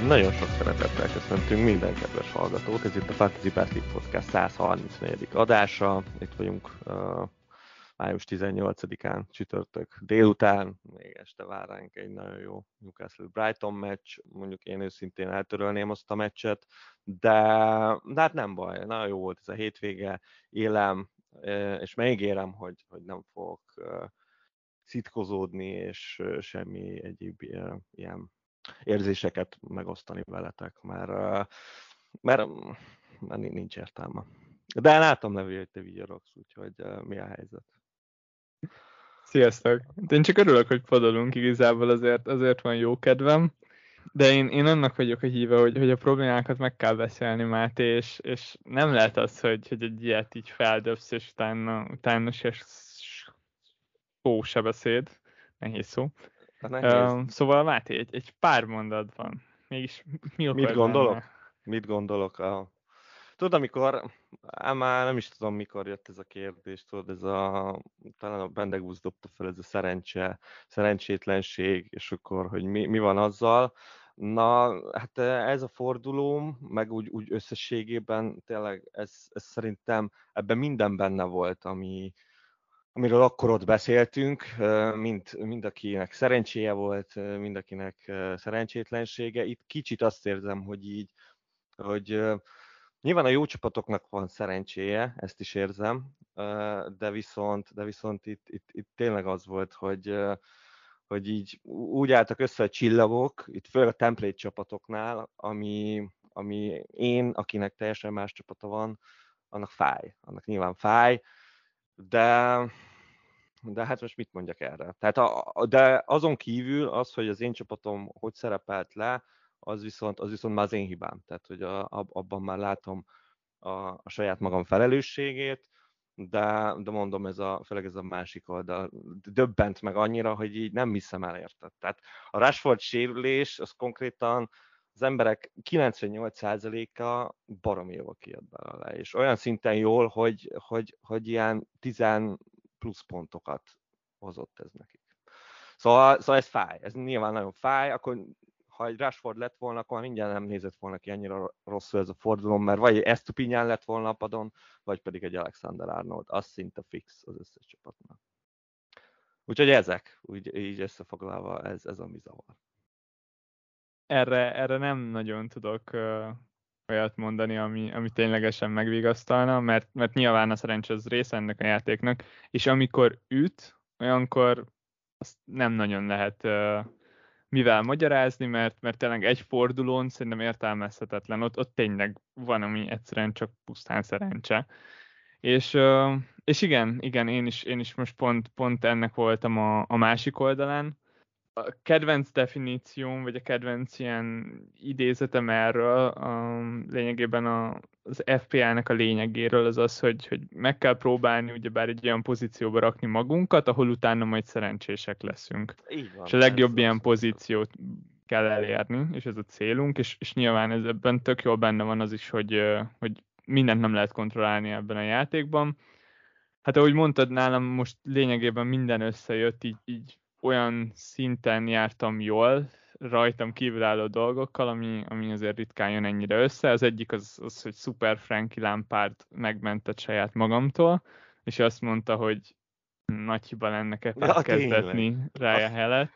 Nagyon sok szeretettel köszöntünk minden kedves hallgatót, ez itt a Fantasy Basket Podcast 134. adása. Itt vagyunk május 18-án, csütörtök délután, még este vár ránk egy nagyon jó Newcastle-Brighton meccs, mondjuk én őszintén eltörölném azt a meccset, de hát nem baj, nagyon jó volt ez a hétvége, élem, és megígérem, hogy nem fogok szitkozódni, és semmi egyéb ilyen érzéseket megosztani veletek, mert nincs értelme. De látom, Levi, hogy te vigyorogsz, úgyhogy mi a helyzet? Sziasztok! Én csak örülök, hogy fordulunk, igazából azért van jó kedvem, de én annak vagyok a híve, hogy a problémákat meg kell beszélni, Máté, és nem lehet az, hogy egy ilyet így feldöbsz, és utána se beszéd. Nehéz szó. Nehéz. Szóval Máté, egy pár mondatban. Mégis mi Mit okoz gondolok? benne? Mit gondolok? Tudod, amikor, már nem is tudom, mikor jött ez a kérdés, tudod, talán a Bendegúz dobta fel, ez a szerencsétlenség, és akkor, hogy mi van azzal. Na, hát ez a fordulóm, meg úgy összességében tényleg ez szerintem ebben minden benne volt, amiről akkor ott beszéltünk, mind akinek szerencséje volt, mind akinek szerencsétlensége. Itt kicsit azt érzem, hogy nyilván a jó csapatoknak van szerencséje, ezt is érzem, de viszont itt tényleg az volt, hogy így úgy álltak össze a csillagok, itt főleg a template csapatoknál, ami én, akinek teljesen más csapata van, annak nyilván fáj, de hát most mit mondjak erre? Tehát de azon kívül az, hogy az én csapatom hogy szerepelt le, az viszont már az én hibám. Tehát, hogy abban már látom a saját magam felelősségét, de mondom, főleg ez a másik oldal döbbent meg annyira, hogy így nem hiszem el, érted. Tehát a Rashford sérülés, az konkrétan az emberek 98%-a baromi jól kijött belőle, és olyan szinten jól, hogy ilyen 10 plusz pontokat hozott ez nekik. Szóval ez fáj, ez nyilván nagyon fáj, akkor ha egy Rashford lett volna, akkor mindjárt nem nézett volna ki annyira rosszul ez a fordulom, mert vagy egy Estupiñán lett volna a padon, vagy pedig egy Alexander Arnold, az szinte fix az összes csapatnak. Úgyhogy ezek, így összefoglalva, ez a mi zavar. Erre nem nagyon tudok olyat mondani, ami ténylegesen megvigasztalna, mert nyilván a szerencsé az része ennek a játéknak, és amikor üt, olyankor azt nem nagyon lehet mivel magyarázni, mert tényleg egy fordulón szerintem értelmezhetetlen. Ott tényleg van, ami egyszerűen csak pusztán szerencse. És igen, én is most pont ennek voltam a másik oldalán. A kedvenc definícióm, vagy a kedvenc ilyen idézetem erről lényegében az FPL-nek a lényegéről az, hogy meg kell próbálni ugyebár egy olyan pozícióba rakni magunkat, ahol utána majd szerencsések leszünk. Így van, És a legjobb ilyen pozíciót kell elérni, és ez a célunk, és nyilván ebben tök jól benne van az is, hogy mindent nem lehet kontrollálni ebben a játékban. Hát ahogy mondtad, nálam most lényegében minden összejött, így olyan szinten jártam jól, rajtam kívülálló dolgokkal, ami azért ritkán jön ennyire össze. Az egyik az hogy Super Frankie Lampard megmentett saját magamtól, és azt mondta, hogy nagy hiba lenne Kepát kezdetni Ryan Hellet.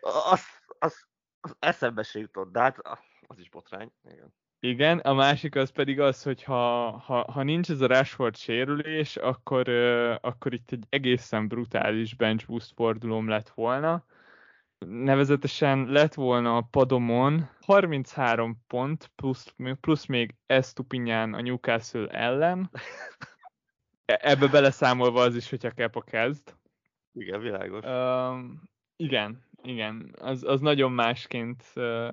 Az eszembe se jutott, de hát az is botrány. Igen, a másik az pedig az, hogy ha nincs ez a Rashford sérülés, akkor itt egy egészen brutális bench boost fordulóm lett volna. Nevezetesen lett volna a padomon 33 pont, plusz még Estupiñán a Newcastle ellen. Ebbe beleszámolva az is, hogyha Kepa kezd. Igen, világos. Igen. Az nagyon másként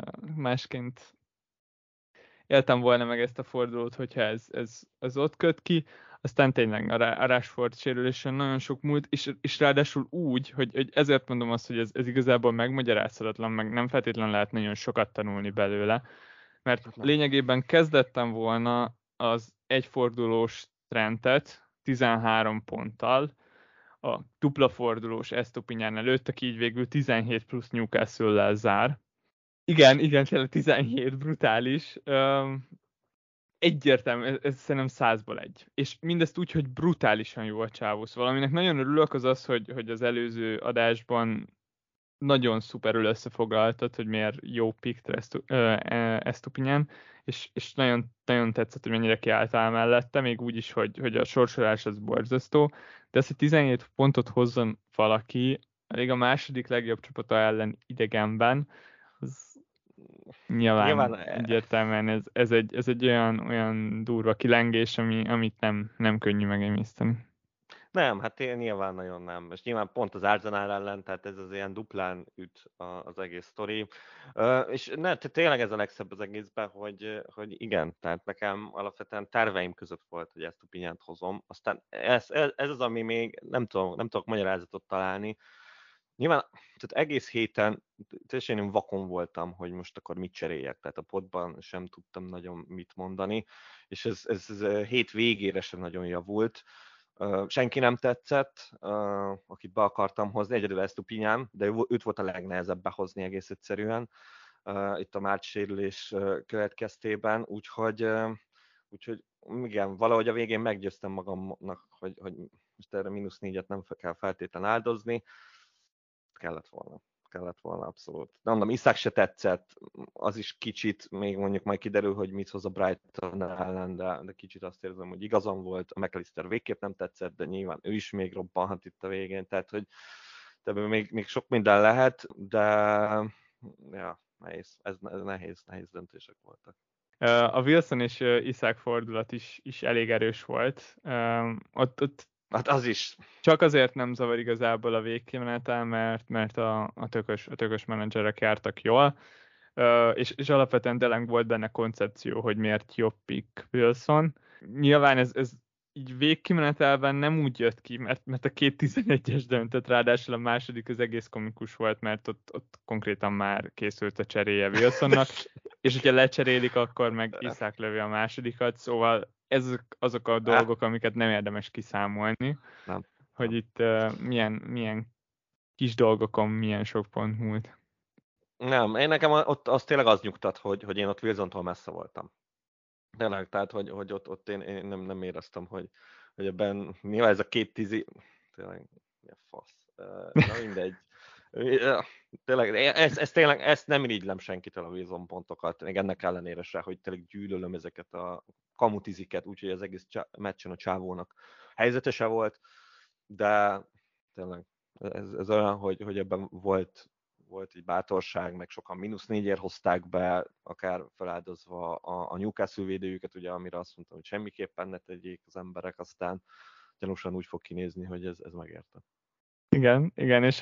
éltem volna meg ezt a fordulót, hogyha ez ott köt ki. Aztán tényleg a Rashford sérülésen nagyon sok múlt, és ráadásul úgy, hogy ezért mondom azt, hogy ez igazából megmagyarázhatatlan, meg nem feltétlenül lehet nagyon sokat tanulni belőle, mert lényegében kezdettem volna az egyfordulós trendet 13 ponttal, a dupla fordulós Estupiñán előtt, aki így végül 17 plusz Newcastle-lel zár. Igen, tényleg 17 brutális. Egyértelmű, ez szerintem 100-ból egy. És mindezt úgy, hogy brutálisan jó a csávó. Szóval aminek nagyon örülök az az, hogy az előző adásban nagyon szuperül összefoglaltad, hogy miért jó pick Estupiñán, és nagyon, nagyon tetszett, hogy mennyire kiálltál mellette, még úgy is, hogy a sorsolás az borzasztó, de ezt, hogy 17 pontot hozzon valaki, elég a második legjobb csapata ellen idegenben, az Nyilván nyilván egyértelműen ez egy olyan durva kilengés, amit nem könnyű megemészteni. nem, hát nyilván nagyon nem. És nyilván pont az Arsenal ellen, tehát ez az ilyen duplán üt az egész sztori. És tényleg ez a legszebb az egészben, hogy igen, tehát nekem alapvetően terveim között volt, hogy ezt a pinyát hozom. Aztán ez az, ami még nem tudok magyarázatot találni. Nyilván, tehát egész héten teljesen én vakon voltam, hogy most akkor mit cseréljek, tehát a potban sem tudtam nagyon mit mondani, és ez hét végére sem nagyon javult. Senki nem tetszett, akit be akartam hozni, egyedül Estupiñán, de őt volt a legnehezebb behozni egész egyszerűen itt a Márcs sérülés következtében, úgyhogy igen, valahogy a végén meggyőztem magamnak, hogy most erre -4-et nem kell feltétlenül áldozni, kellett volna abszolút. De mondom, Isak se tetszett, az is kicsit, még mondjuk majd kiderül, hogy mit hoz a Brighton ellen, de kicsit azt érzem, hogy igazam volt, a McAllister végképp nem tetszett, de nyilván ő is még robbanhat itt a végén, tehát hogy még sok minden lehet, de ja, nehéz, ez nehéz döntések voltak. A Wilson és Isak fordulat is elég erős volt. Ott Hát az is. csak azért nem zavar igazából a végkimenetel, mert a tökös menedzserek jártak jól, és alapvetően tényleg volt benne koncepció, hogy miért jobb pick Wilson. Nyilván ez így végkimenetelben nem úgy jött ki, mert a két 11-es döntött, ráadásul a második az egész komikus volt, mert ott konkrétan már készült a cseréje Wilsonnak, és hogyha lecserélik, akkor meg Isak lövi a másodikat, szóval ezek azok a dolgok, amiket nem érdemes kiszámolni, Nem. hogy itt milyen kis dolgokon milyen sok pont múlt. Nem, én nekem ott az tényleg az nyugtat, hogy én ott Wilsontól messze voltam. Tényleg, tehát, hogy ott én nem éreztem, hogy ebben nyilván ez a két tízi, tényleg, mi a fasz. Na mindegy. Tényleg, ezt nem irigylem senkitől a Wilson pontokat, még ennek ellenére se, hogy tényleg gyűlölöm ezeket a kamutiziket, úgyhogy az egész meccsen a csávónak helyzete se volt, de tényleg ez olyan, hogy ebben volt egy bátorság, meg sokan -4-ért hozták be, akár feláldozva a Newcastle védőjüket, ugye, amire azt mondtam, hogy semmiképpen ne tegyék az emberek, aztán gyanúsan úgy fog kinézni, hogy ez megérte. Igen, és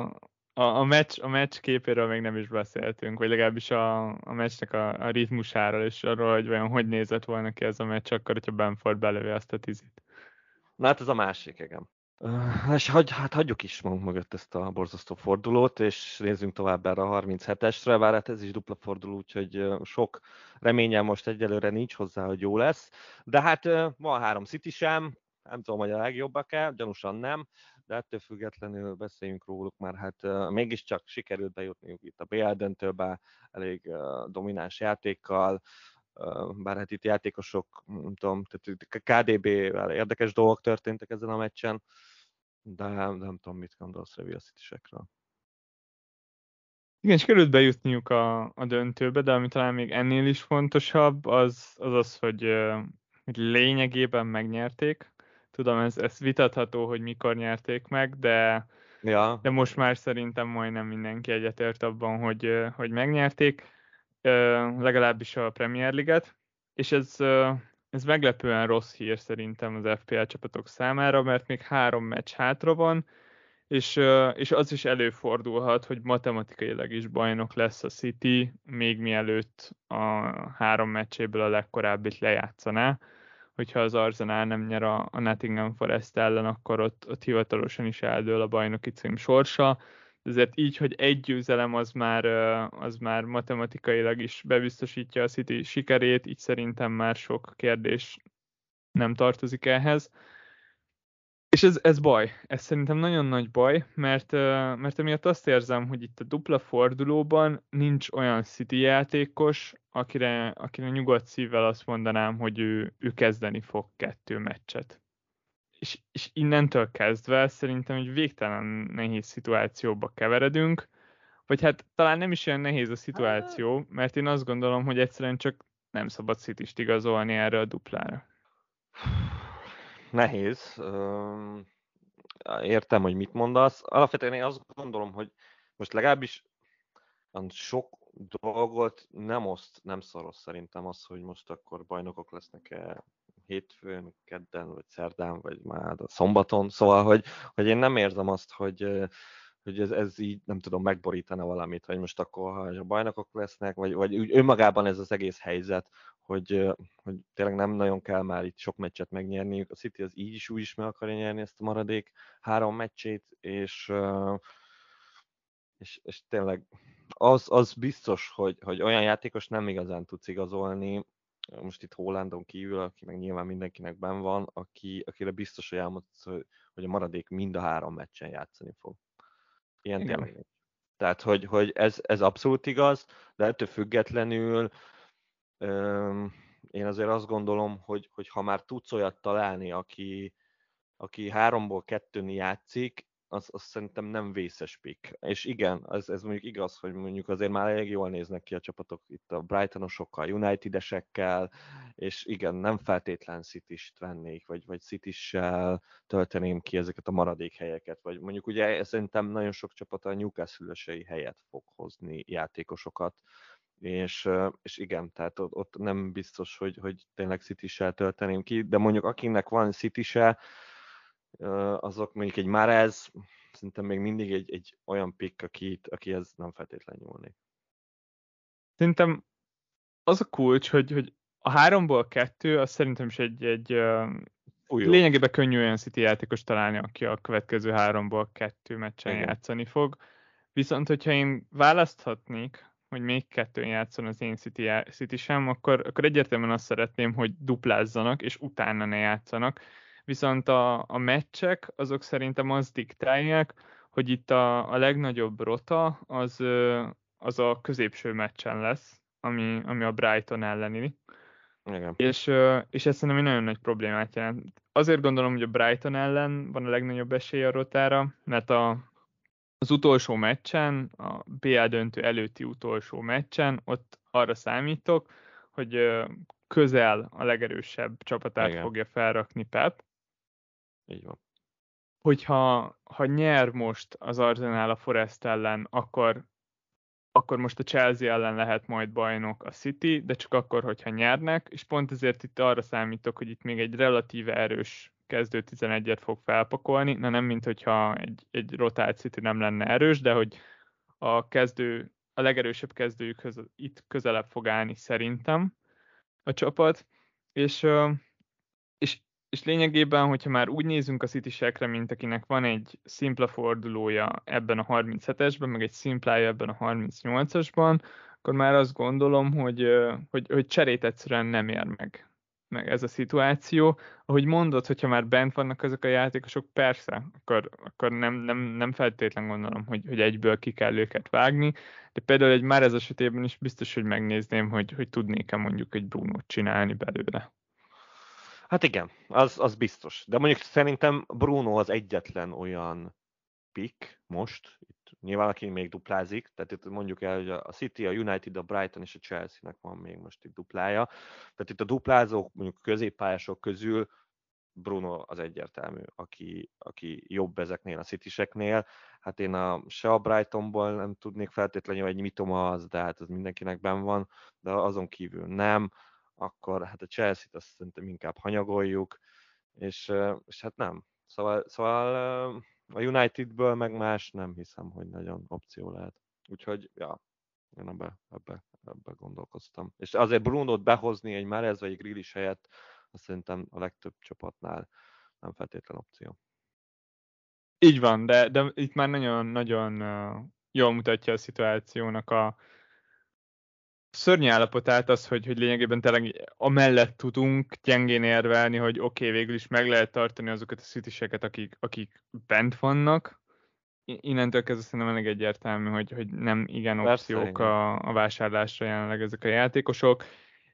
a meccs képéről még nem is beszéltünk, vagy legalábbis a meccsnek a ritmusáról, és arról, hogy vajon hogy nézett volna ki ez a meccs, akkor, hogyha Benford belövi azt a 10. Na hát ez a másik, igen. És hagyjuk is magunk mögött ezt a borzasztó fordulót, és nézzünk tovább erre a 37-esre, bár hát ez is dupla forduló, úgyhogy sok reményem most egyelőre nincs hozzá, hogy jó lesz. De hát van 3 City sem, nem tudom, hogy a legjobbak-e, gyanúsan nem, de ettől függetlenül beszéljünk róluk, mert hát mégiscsak sikerült bejutniuk itt a BL döntőbe, elég domináns játékkal, bár hát itt játékosok, nem tudom, tehát KDB-vel érdekes dolgok történtek ezen a meccsen, de nem tudom, mit gondolsz Real City-sekről. Igen, és került bejutniuk a döntőbe, de ami talán még ennél is fontosabb, az, hogy lényegében megnyerték. Tudom, ez vitatható, hogy mikor nyerték meg, de most már szerintem majdnem mindenki egyetért abban, hogy megnyerték, legalábbis a Premier League-et, és ez meglepően rossz hír szerintem az FPL csapatok számára, mert még 3 meccs hátra van, és az is előfordulhat, hogy matematikailag is bajnok lesz a City, még mielőtt a 3 meccséből a legkorábbit lejátszaná. Hogyha az Arsenal nem nyer a Nottingham Forest ellen, akkor ott hivatalosan is eldől a bajnoki cím sorsa. Ezért így, hogy egy győzelem az már matematikailag is bebiztosítja a City sikerét, így szerintem már sok kérdés nem tartozik ehhez. És ez baj, ez szerintem nagyon nagy baj, mert emiatt azt érzem, hogy itt a dupla fordulóban nincs olyan City játékos, akire nyugodt szívvel azt mondanám, hogy ő kezdeni fog 2 meccset. És innentől kezdve szerintem egy végtelen nehéz szituációba keveredünk, vagy hát talán nem is olyan nehéz a Hát, szituáció, mert én azt gondolom, hogy egyszerűen csak nem szabad Cityst igazolni erre a duplára. nehéz. Értem, hogy mit mondasz. Alapvetően én azt gondolom, hogy most legalábbis sok dolgot nem oszt, nem szoros szerintem az, hogy most akkor bajnokok lesznek-e hétfőn, kedden, vagy szerdán, vagy már a szombaton. Szóval, hogy én nem érzem azt, hogy ez így, nem tudom, megborítana valamit, hogy most akkor, ha a bajnokok lesznek, vagy úgy önmagában ez az egész helyzet, hogy tényleg nem nagyon kell már itt sok meccset megnyerni. A City az így is úgy is meg akarja nyerni ezt a maradék 3 meccsét, és tényleg az biztos, hogy olyan játékos nem igazán tudsz igazolni, most itt Haalandon kívül, aki meg nyilván mindenkinek benn van, akire biztos, hogy elmondsz, hogy a maradék mind a 3 meccsen játszani fog. Ilyen Igen. tényleg nincs. Tehát, hogy ez abszolút igaz, de ettől függetlenül én azért azt gondolom, hogy ha már tudsz olyat találni, aki 3-ból 2-n játszik, az szerintem nem vészes pick. És igen, ez mondjuk igaz, hogy mondjuk azért már elég jól néznek ki a csapatok itt a Brightonosokkal, United-esekkel, és igen, nem feltétlen City-st vennék, vagy City-sel tölteném ki ezeket a maradék helyeket, vagy mondjuk ugye szerintem nagyon sok csapat a Newcastle-ösei helyet fog hozni játékosokat, és igen, tehát ott nem biztos, hogy tényleg City-sel tölteném ki, de mondjuk akinek van City-se, azok mondjuk egy Mahrez, szerintem még mindig egy olyan pick, akihez nem feltétlenül nyúlnék. Szerintem az a kulcs, hogy a 3-ból 2, az szerintem is egy Új, jó. lényegében könnyű olyan City játékos találni, aki a következő 3-ból 2 meccsen Igen. játszani fog. Viszont, hogyha én választhatnék, hogy még 2-n játszon az én City sem, akkor egyértelműen azt szeretném, hogy duplázzanak, és utána ne játszanak. Viszont a meccsek, azok szerintem azt diktálják, hogy itt a legnagyobb rota az a középső meccsen lesz, ami a Brighton elleni. Igen. És ez szerintem egy nagyon nagy problémát jelent. Azért gondolom, hogy a Brighton ellen van a legnagyobb esély a rotára, mert az utolsó meccsen, a BL döntő előtti utolsó meccsen, ott arra számítok, hogy közel a legerősebb csapatát Igen. fogja felrakni Pep. Így van. Ha nyer most az Arsenal a Forest ellen, akkor most a Chelsea ellen lehet majd bajnok a City, de csak akkor, hogyha nyernek, és pont ezért itt arra számítok, hogy itt még egy relatíve erős kezdő 11-et fog felpakolni, na nem, mint hogyha egy rotált City nem lenne erős, de hogy a legerősebb kezdőjükhöz itt közelebb fog állni szerintem a csapat, és, és, és lényegében, hogyha már úgy nézünk a City-sekre, mint akinek van egy szimpla fordulója ebben a 37-esben, meg egy szimplája ebben a 38-asban, akkor már azt gondolom, hogy cserét egyszerűen nem ér meg ez a szituáció. Ahogy mondod, hogyha már bent vannak ezek a játékosok, persze, akkor nem feltétlen gondolom, hogy egyből ki kell őket vágni, de például egy már ez esetében is biztos, hogy megnézném, hogy tudnék-e mondjuk egy Brunót csinálni belőle. Hát igen, az biztos. De mondjuk szerintem Bruno az egyetlen olyan pick most, itt nyilván aki még duplázik, tehát itt mondjuk el, hogy a City, a United, a Brighton és a Chelsea-nek van még most itt duplája. Tehát itt a duplázók, mondjuk középpályások közül Bruno az egyértelmű, aki jobb ezeknél a City-seknél. Hát én se a Brightonból nem tudnék feltétlenül, egy Mitoma az, de hát az mindenkinek benn van, de azon kívül nem, akkor hát a Chelsea-t azt szerintem inkább hanyagoljuk, és hát nem. Szóval a Unitedből meg más nem hiszem, hogy nagyon opció lehet. Úgyhogy, ja, én ebbe gondolkoztam. És azért Brunót behozni egy Mahrez vagy egy Grealish helyett, azt szerintem a legtöbb csapatnál nem feltétlen opció. Így van, de itt már nagyon-nagyon jól mutatja a szituációnak szörnyű állapotát az, hogy lényegében tényleg amellett tudunk gyengén érvelni, hogy oké, végül is meg lehet tartani azokat a citiseket, akik bent vannak. Innentől kezdve szerintem elég egyértelmű, hogy nem igen Persze, opciók igen. a vásárlásra jelenleg ezek a játékosok.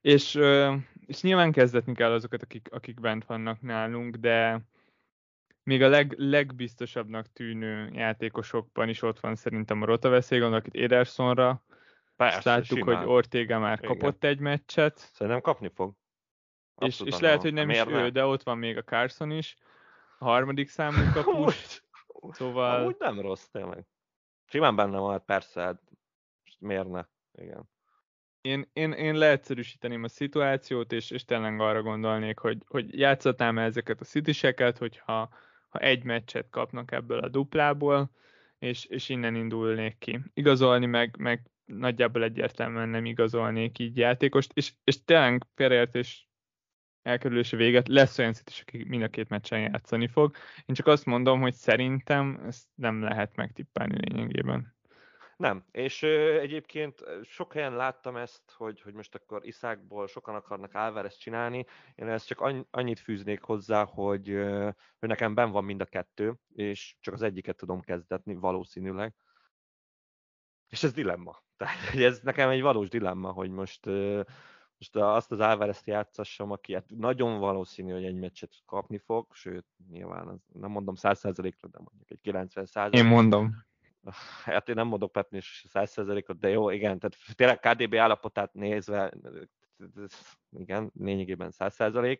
És nyilván kezdetni kell azokat, akik bent vannak nálunk, de még a legbiztosabbnak tűnő játékosokban is ott van szerintem a rotaveszély, gondolok itt Edersonra, és Persze, láttuk, hogy simán. Ortega már Igen. kapott egy meccset, Szerintem kapni fog. Abszolút és benne lehet, van. hogy Hát nem is miért ne? ő, de ott van még a Carson is, a harmadik számú kapus, Amúgy, amúgy szóval nem rossz, tényleg. Simán benne van, hát persze, hát miért ne? Igen. én leegyszerűsíteném a szituációt, és tényleg arra gondolnék, hogy játszatnám ezeket a citiseket, hogyha egy meccset kapnak ebből a duplából, és innen indulnék ki. Igazolni meg nagyjából egyértelműen nem igazolnék így játékost, és tényleg félreértés elkerülése véget lesz olyan citis, aki mind a két meccsen játszani fog. Én csak azt mondom, hogy szerintem ezt nem lehet megtippelni lényegében. Nem, és egyébként sok helyen láttam ezt, hogy most akkor Iszákból sokan akarnak Álvarezt csinálni. Én ezt csak annyit fűznék hozzá, hogy nekem benn van mind a kettő, és csak az egyiket tudom kezdetni valószínűleg. És ez dilemma. Tehát hogy ez nekem egy valós dilemma, hogy most azt az Álvarezt játszassam, aki hát nagyon valószínű, hogy egy meccset kapni fog, sőt, nyilván nem mondom 100%-ra, de mondjuk egy Én 90%. mondom. Hát én nem mondok Pepni 100%-ot, de jó, igen, tehát tényleg KDB állapotát nézve, igen, lényegében 100%,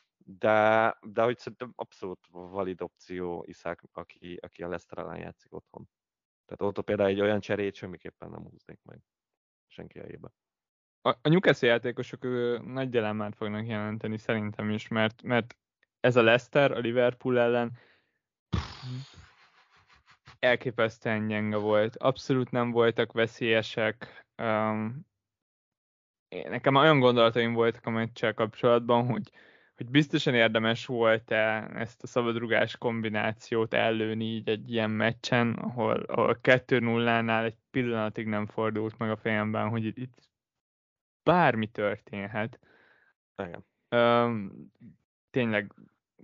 de hogy szerintem abszolút valid opció Iszák, aki a Leicester ellen játszik otthon. Tehát ott például egy olyan cserét semmiképpen nem húznék meg senki helyébe. A Newcastle játékosok nagy dilemmát fognak jelenteni szerintem is, mert ez a Leicester a Liverpool ellen elképesztően gyenge volt. Abszolút nem voltak veszélyesek. Nekem olyan gondolataim voltak a meccsel kapcsolatban, hogy biztosan érdemes volt-e ezt a szabadrugás kombinációt ellőni így egy ilyen meccsen, ahol 2-0-nál egy pillanatig nem fordult meg a fejemben, hogy itt bármi történhet. Igen. Tényleg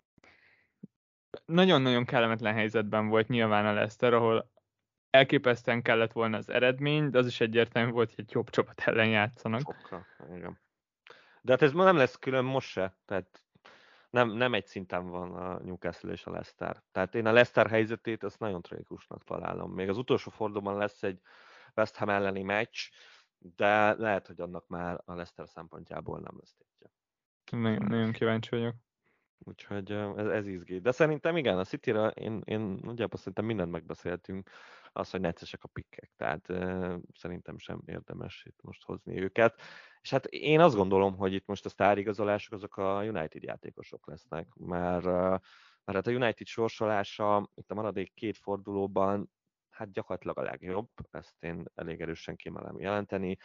nagyon-nagyon kellemetlen helyzetben volt nyilván a Leicester, ahol elképesztően kellett volna az eredmény, de az is egyértelmű volt, hogy egy jobb csapat ellen játszanak. Sokkal, igen. De hát ez ma nem lesz külön most se, tehát nem egy szinten van a Newcastle és a Leicester. Tehát én a Leicester helyzetét azt nagyon tragikusnak találom. Még az utolsó fordulóban lesz egy West Ham elleni meccs, de lehet, hogy annak már a Leicester szempontjából nem lesz tétje. Nagyon kíváncsi vagyok. Úgyhogy ez izgi. De szerintem igen, a City-ra én nagyjából szerintem mindent megbeszéltünk, az, hogy neccesek a pikkek, tehát szerintem sem érdemes itt most hozni őket. És hát én azt gondolom, hogy itt most a sztárigazolások azok a United játékosok lesznek, mert hát a United sorsolása itt a maradék két fordulóban hát gyakorlatilag a legjobb, ezt én elég erősen kimelem jelenteni,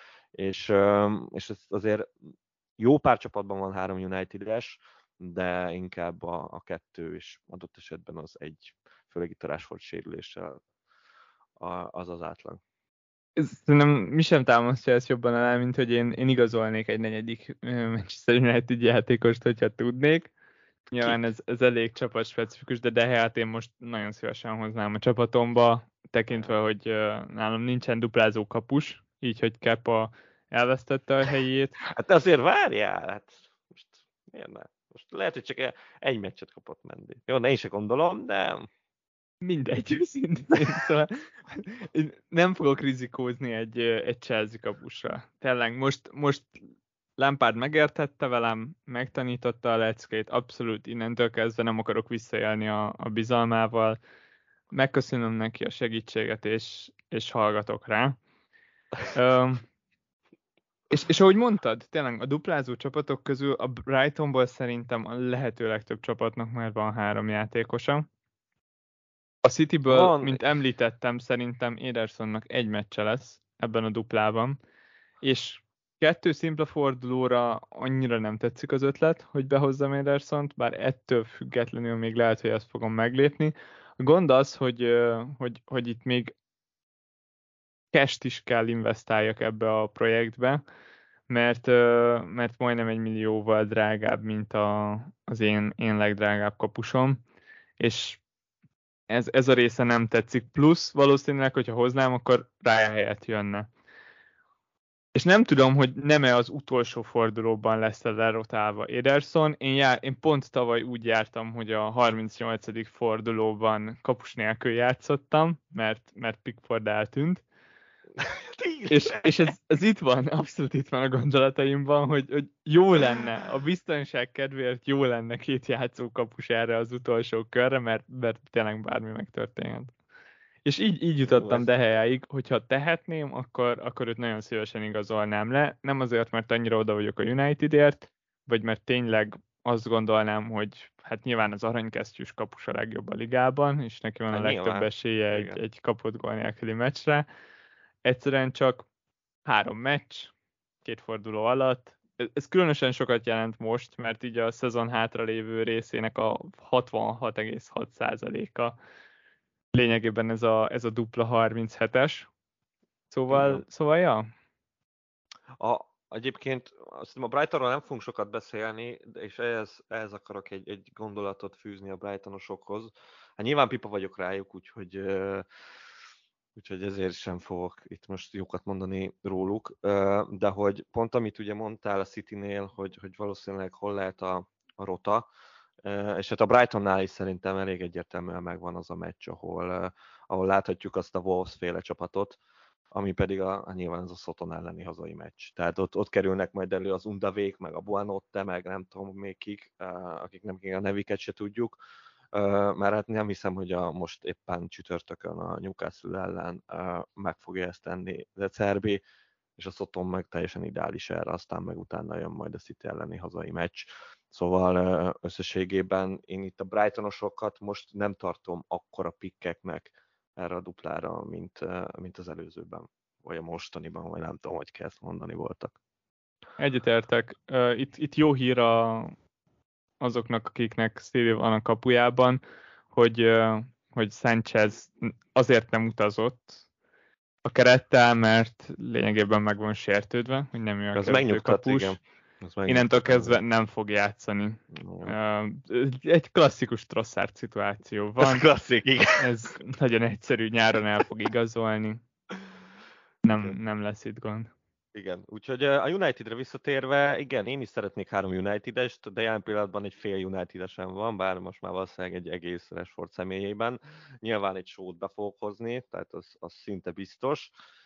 és ez azért jó pár csapatban van 3 United-es, de inkább a kettő is adott esetben az egy, főleg itt a Rashford sérüléssel az átlag. Szerintem mi sem támasztja ezt jobban alá, mint hogy én igazolnék egy negyedik Manchester United játékost, hogyha tudnék. Nyilván Kit? ez elég csapatspecifikus, de hát én most nagyon szívesen hoznám a csapatomba, tekintve, hogy nálam nincsen duplázó kapus, így, hogy Kepa elvesztette a helyét. Hát azért várjál, hát most miért ne? Most lehet, hogy csak egy meccset kapott Mendy. Jó, ne is gondolom, de Mindegy, őszintén. Szóval én nem fogok rizikózni egy Chelsea kapusra. Tényleg, most Lampard megértette velem, megtanította a leckét, abszolút innentől kezdve nem akarok visszaélni a bizalmával. Megköszönöm neki a segítséget, és hallgatok rá. És ahogy mondtad, tényleg a duplázó csapatok közül a Brightonból szerintem a lehető legtöbb csapatnak már van 3 játékosa. A Cityből, van, mint említettem, szerintem Edersonnak egy meccse lesz ebben a duplában, és 2 szimpla fordulóra annyira nem tetszik az ötlet, hogy behozzam Edersont, bár ettől függetlenül még lehet, hogy ezt fogom meglépni. A gond az, hogy itt még cash-t is kell investáljak ebbe a projektbe, mert majdnem 1 millióval drágább, mint az én legdrágább kapusom, és ez a része nem tetszik. Plusz valószínűleg, hogyha hoznám, akkor Ryan helyett jönne. És nem tudom, hogy nem-e az utolsó fordulóban lesz lerotálva Ederson. Én pont tavaly úgy jártam, hogy a 38. fordulóban kapus nélkül játszottam, mert Pickford eltűnt. És ez itt van, abszolút itt van a gondolataimban, hogy jó lenne, a biztonság kedvéért jó lenne 2 játszókapus erre az utolsó körre, mert tényleg bármi megtörténhet. És így jutottam De Geáig, hogyha tehetném, akkor őt nagyon szívesen igazolnám le. Nem azért, mert annyira oda vagyok a Unitedért, vagy mert tényleg azt gondolnám, hogy hát nyilván az aranykesztyűs kapus a legjobb a ligában, és neki van a legtöbb esélye egy kapott gól nélküli meccsre. Egyszerűen csak 3 meccs, 2 forduló alatt. Ez különösen sokat jelent most, mert így a szezon hátralévő részének a 66,6%-a lényegében ez a dupla 37-es. Szóval ja. Egyébként azt hiszem, a Brightonról nem fogunk sokat beszélni, és ehhez akarok egy gondolatot fűzni a Brightonosokhoz. Hát nyilván pipa vagyok rájuk, úgyhogy ezért sem fogok itt most jókat mondani róluk, de hogy pont amit ugye mondtál a Citynél, hogy valószínűleg hol lehet a rota, és hát a Brightonnál is szerintem elég egyértelműen megvan az a meccs, ahol láthatjuk azt a Wolves-féle csapatot, ami pedig nyilván ez a Soton elleni hazai meccs. Tehát ott kerülnek majd elő az Undavék, meg a Buanotte, meg nem tudom még kik, akiknek a neviket se tudjuk, mert hát nem hiszem, hogy most éppen csütörtökön a Newcastle ellen meg fogja ezt tenni De Zerbi, és a Soton meg teljesen ideális erre, aztán meg utána jön majd a City elleni hazai meccs. Szóval összességében én itt a Brightonosokat most nem tartom akkora pikkeknek erre a duplára, mint az előzőben, vagy a mostaniban, vagy nem tudom, hogy kell ezt mondani voltak. Egyetértek. Itt jó hír azoknak, akiknek Stevie van a kapujában, hogy Sánchez azért nem utazott a kerettel, mert lényegében meg van sértődve, hogy nem ő a kezdőkapus. Innentől kezdve nem fog játszani. Egy klasszikus Trossard szituáció van. Ez klasszik, igen. Ez nagyon egyszerű, nyáron el fog igazolni. Nem lesz itt gond. Igen, úgyhogy a Unitedre visszatérve, igen, én is szeretnék 3 United-est, de jelen pillanatban egy fél United-esen van, bár most már valószínűleg egy egész Rashford személyében. Nyilván egy sót be fogok hozni, tehát az szinte biztos.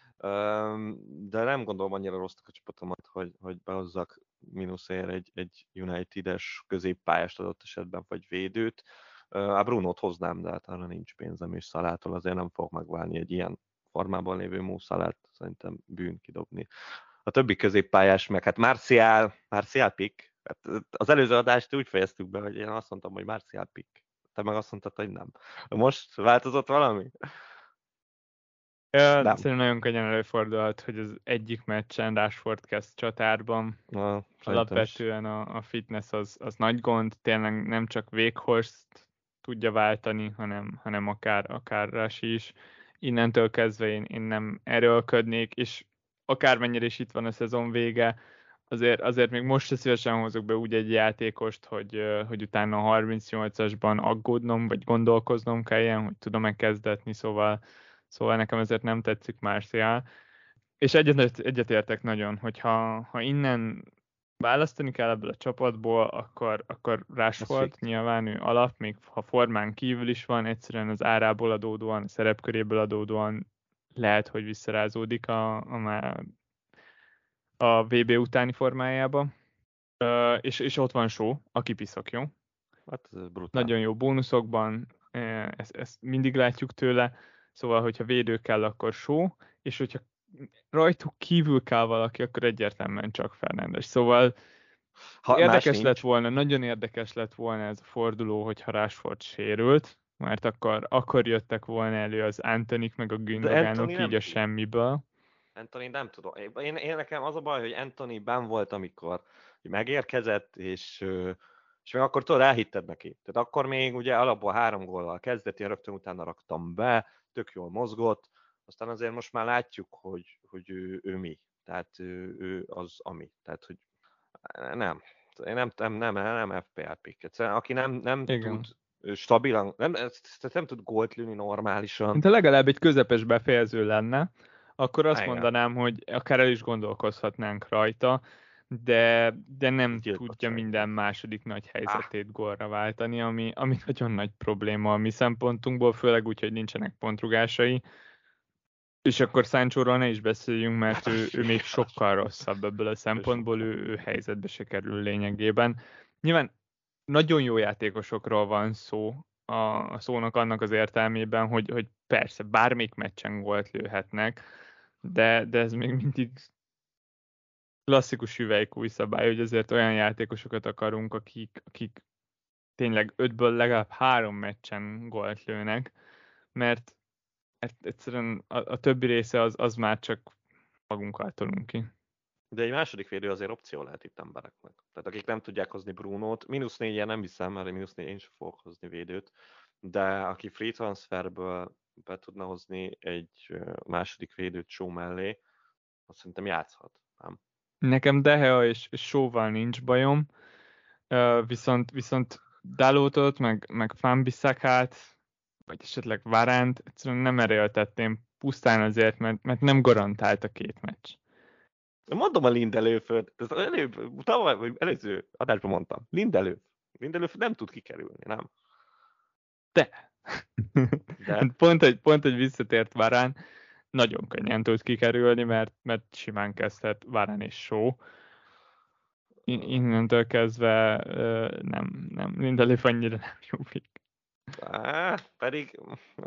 De nem gondolom annyira rossznak a csapatomat, hogy behozzak mínuszért egy United-es középpályást adott esetben, vagy védőt. A Brunót hoznám, de hát arra nincs pénzem, és Szalától azért nem fog megválni egy ilyen formában lévő Mo Salát, szerintem bűn kidobni. A többi középpályás meg, hát Martial pick. Hát az előző adást úgy fejeztük be, hogy én azt mondtam, hogy Martial pick. Te meg azt mondtad, hogy nem. Most változott valami? Szerintem nagyon könnyen előfordulhat, hogy az egyik meccsen Rashford kezd csatárban. Alapvetően a fitness az nagy gond, tényleg nem csak Weghorst tudja váltani, hanem akár Rashi is. Innentől kezdve én nem erőlködnék, és akármennyire is itt van a szezon vége, azért még most se szívesen hozok be úgy egy játékost, hogy utána a 38-asban aggódnom, vagy gondolkoznom kelljen, hogy tudom-e kezdetni, szóval nekem ezért nem tetszik Martial. És egyetértek nagyon, hogy ha innen választani kell ebből a csapatból, akkor Rashford nyilván ő alap, még ha formán kívül is van, egyszerűen az árából adódóan, a szerepköréből adódóan lehet, hogy visszarázódik a VB utáni formájába. És ott van Shaw, aki piszok jó. Hát ez brutál. Nagyon jó bónuszokban, ezt mindig látjuk tőle, szóval, hogyha védő kell, akkor Shaw, és hogyha rajtuk kívül kell valaki, akkor egyértelműen csak Fernandes. Szóval érdekes lett volna, nagyon érdekes lett volna ez a forduló, hogyha Rashford sérült, mert akkor jöttek volna elő az Antonik meg a Gündogánok így a semmiből. Anthony nem tudom. Én nekem az a baj, hogy Anthony benn volt, amikor megérkezett, és még akkor tudod, elhitted neki. Tehát akkor még ugye alapból 3 góllal kezdett, én rögtön utána raktam be, tök jól mozgott, aztán azért most már látjuk, hogy ő mi. Tehát ő az, ami. Tehát, hogy nem. Én nem FPL pick. Egyszerűen, aki nem tud Igen. stabilan, nem tud gólt lőni normálisan. Ha legalább egy közepes befejező lenne, akkor azt Igen, mondanám, hogy akár el is gondolkozhatnánk rajta, de nem tudja gyilkosság minden volt. második nagy helyzetét gólra váltani, ami nagyon nagy probléma a mi szempontunkból, főleg úgy, hogy nincsenek pontrugásai. És akkor Sanchóról ne is beszéljünk, mert ő még sokkal rosszabb ebből a szempontból, ő helyzetbe se kerül lényegében. Nyilván nagyon jó játékosokról van szó, a szónak annak az értelmében, hogy persze bármelyik meccsen gólt lőhetnek, de ez még mindig klasszikus hüvelykúj szabály, hogy azért olyan játékosokat akarunk, akik tényleg 5-ből legalább 3 meccsen gólt lőnek, mert egyszerűen a többi része az már csak magunkkal tolunk ki. De egy második védő azért opció lehet itt embereknek. Tehát akik nem tudják hozni Brunót, -4-en nem hiszem, mert -4 én sem fogok hozni védőt, de aki free transferből be tudna hozni egy második védőt Shaw mellé, azt szerintem játszhat, nem? Nekem Dehea és Shaw-val nincs bajom, viszont Dalótot, meg Wan-Bissakát, vagy esetleg Varánt egyszerűen nem erőltetném pusztán azért, mert nem garantált a 2 meccs. Mondom a Lindelöföt, tavaly, vagy előző adásban mondtam, Lindelöf nem tud kikerülni, nem? De. De? Pont, hogy visszatért Varán, nagyon könnyen tud kikerülni, mert simán kezdhet Varán és Shaw. Innentől kezdve nem, Lindelöf annyira nem jó pick. Pedig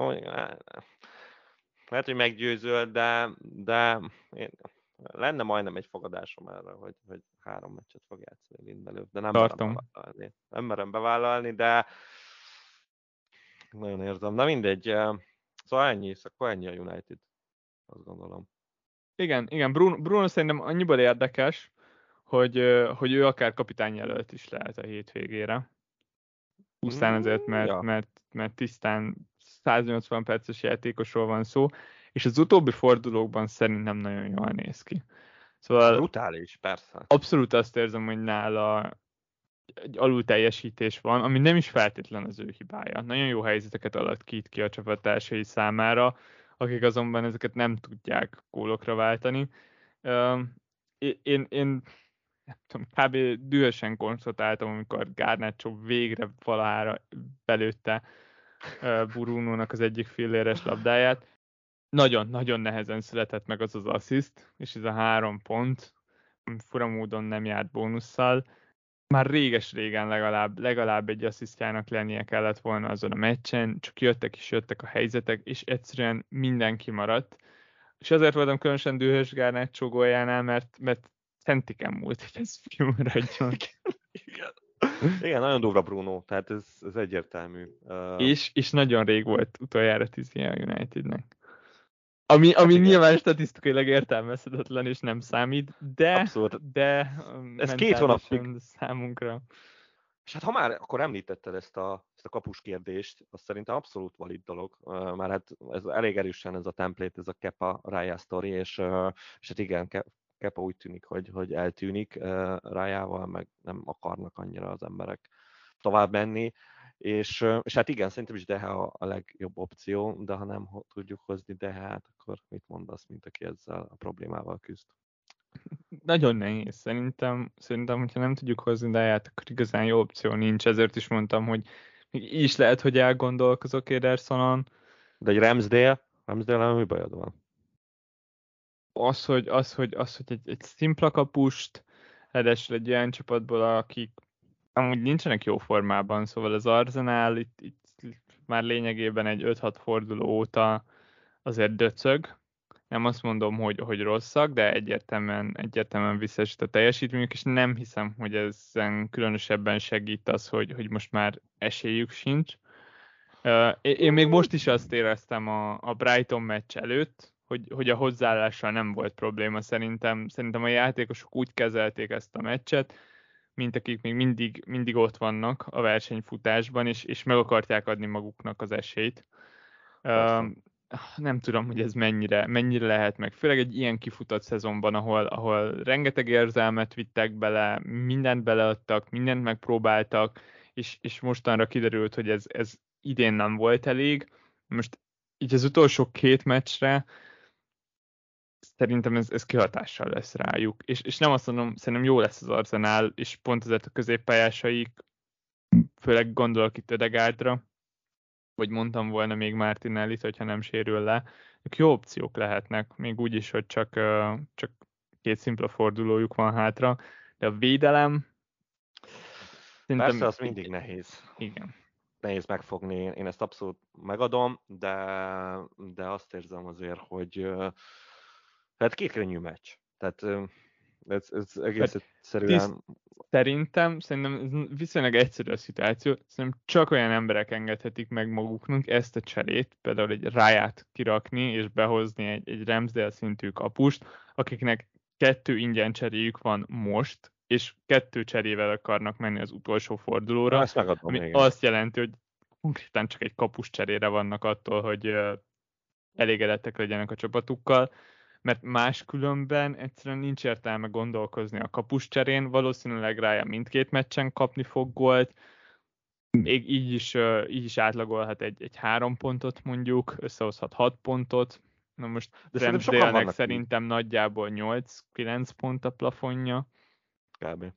lehet, hogy meggyőzöl, de én, lenne majdnem egy fogadásom erre, hogy 3 meccset fog játszani Lindelöf, de nem merem Tartom. bevállalni. Nem merem bevállalni, de nagyon érzem. Na mindegy, szóval ennyi a United, azt gondolom. Igen, Bruno szerintem annyiból érdekes, hogy ő akár kapitányjelölt is lehet a hétvégére. Pusztán azért, Ja. mert tisztán 180 perces játékosról van szó, és az utóbbi fordulókban szerintem nagyon jól néz ki. Szóval Brutális, persze. abszolút azt érzem, hogy nála egy alulteljesítés van, ami nem is feltétlen az ő hibája. Nagyon jó helyzeteket alakít ki a csapattársai számára, akik azonban ezeket nem tudják gólokra váltani. Én nem tudom, kb. Dühösen konstatáltam, amikor Garnacho végre valahára belőtte Brunónak az egyik filléres labdáját. Nagyon-nagyon nehezen született meg az assziszt, és ez a 3 pont, fura módon nem járt bónusszal. Már réges-régen legalább egy asszisztjának lennie kellett volna azon a meccsen, csak jöttek a helyzetek, és egyszerűen mindenki maradt. És azért voltam különösen dühös Garnacho góljánál, mert centiken múlt, hogy ez kimaradjon. Igen, nagyon durva Bruno, tehát ez egyértelmű. És nagyon rég volt utoljára 10 a Unitednek. Ami nyilván statisztikailag értelmezhetetlen és nem számít, Abszolút. de Ez 2 hónapig. számunkra. És hát ha már akkor említetted ezt a kapus kérdést, az szerintem abszolút valid dolog. Már hát ez elég erősen ez a template, ez a Kepa Raya sztori, és hát igen, Kepa úgy tűnik, hogy eltűnik Rayával, meg nem akarnak annyira az emberek tovább menni. És hát igen, szerintem is Dehe a legjobb opció, de ha nem tudjuk hozni Dehát, akkor mit mondasz, mint aki ezzel a problémával küzd? Nagyon nehéz. Szerintem, hogyha nem tudjuk hozni Deját, akkor igazán jó opció nincs. Ezért is mondtam, hogy még így is lehet, hogy elgondolkozok Edersonon. De egy Ramsdale mi bajod van? Az, hogy egy szimpla kapust, ráadásul egy olyan csapatból, akik amúgy nincsenek jó formában, szóval az Arsenal itt már lényegében egy 5-6 forduló óta azért döcög. Nem azt mondom, hogy rosszak, de egyértelműen visszaesett a teljesítményük, és nem hiszem, hogy ezen különösebben segít az, hogy most már esélyük sincs. Én még most is azt éreztem a Brighton meccs előtt, hogy a hozzáállással nem volt probléma. Szerintem a játékosok úgy kezelték ezt a meccset, mint akik még mindig ott vannak a versenyfutásban, és meg akarják adni maguknak az esélyt. nem tudom, hogy ez mennyire lehet meg. Főleg egy ilyen kifutott szezonban, ahol rengeteg érzelmet vittek bele, mindent beleadtak, mindent megpróbáltak, és mostanra kiderült, hogy ez idén nem volt elég. Most így az utolsó 2 meccsre szerintem ez kihatással lesz rájuk. És nem azt mondom, szerintem jó lesz az Arsenal, és pont ezért a középpályásaik, főleg gondolok itt Ödegaardra, vagy mondtam volna még Martinellit, hogyha nem sérül le, ők jó opciók lehetnek, még úgy is, hogy csak 2 szimpla fordulójuk van hátra, de a védelem Persze, szerintem az mindig nehéz. igen. Nehéz megfogni, én ezt abszolút megadom, de azt érzem azért, hogy hát két könnyű meccs. Tehát ez egész Hát egyszerűen... szerintem ez viszonylag egyszerű a szituáció, szerintem csak olyan emberek engedhetik meg maguknak ezt a cserét, például egy Ráját kirakni és behozni egy Ramsdale szintű kapust, akiknek 2 ingyen cseréjük van most, és 2 cserével akarnak menni az utolsó fordulóra, Ezt megadom, ami igen. azt jelenti, hogy konkrétan csak egy kapus cserére vannak attól, hogy elégedettek legyenek a csapatukkal, mert máskülönben egyszerűen nincs értelme gondolkozni a kapus cserén, valószínűleg Raya mindkét meccsen kapni fog gólt, még így is átlagolhat egy 3 pontot mondjuk, összehozhat 6 pontot, na most De szerintem sokan Ramsdale-nek vannak így. szerintem nagyjából 8-9 pont a plafonja. Kb.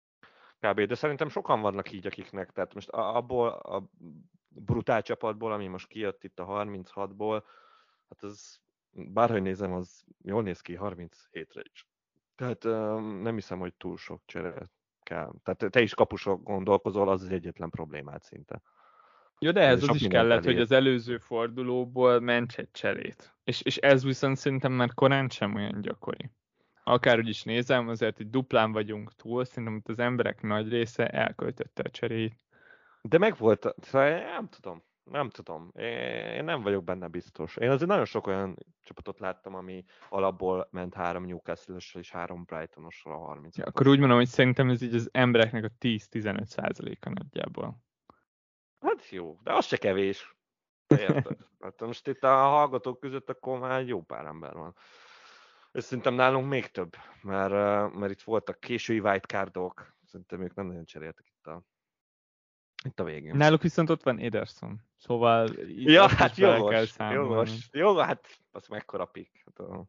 De szerintem sokan vannak így, akiknek, tehát most abból a brutál csapatból, ami most kijött itt a 36-ból, hát az bárhogy nézem, az jól néz ki 37-re is. Tehát nem hiszem, hogy túl sok csere kell. Tehát te is kapusok gondolkozol, az egyetlen problémát szinte. Jó, de ehhez az Sok is mindent kellett, hogy elér. az előző fordulóból ments egy cserét. És ez viszont szerintem már korán sem olyan gyakori. Akárhogy is nézem, azért itt duplán vagyunk túl, szerintem ott az emberek nagy része elköltötte a cseréit. De megvolt, szóval nem tudom. Én nem vagyok benne biztos. Én azért nagyon sok olyan csapatot láttam, ami alapból ment 3 Newcastle-össel és 3 Brighton-ossal a Ja, 36-os. akkor úgy mondom, hogy szerintem ez így az embereknek a 10-15%-a nagyjából. Hát jó, de az se kevés. Érted? Hát most itt a hallgatók között akkor már jó pár ember van. És szerintem nálunk még több, mert itt voltak késői wildcardok, szerintem ők nem nagyon cseréltek itt a végén. Náluk viszont ott van Ederson, szóval itt Ja, azt hát is bele kell számolni. jogos, hát az mekkora pik.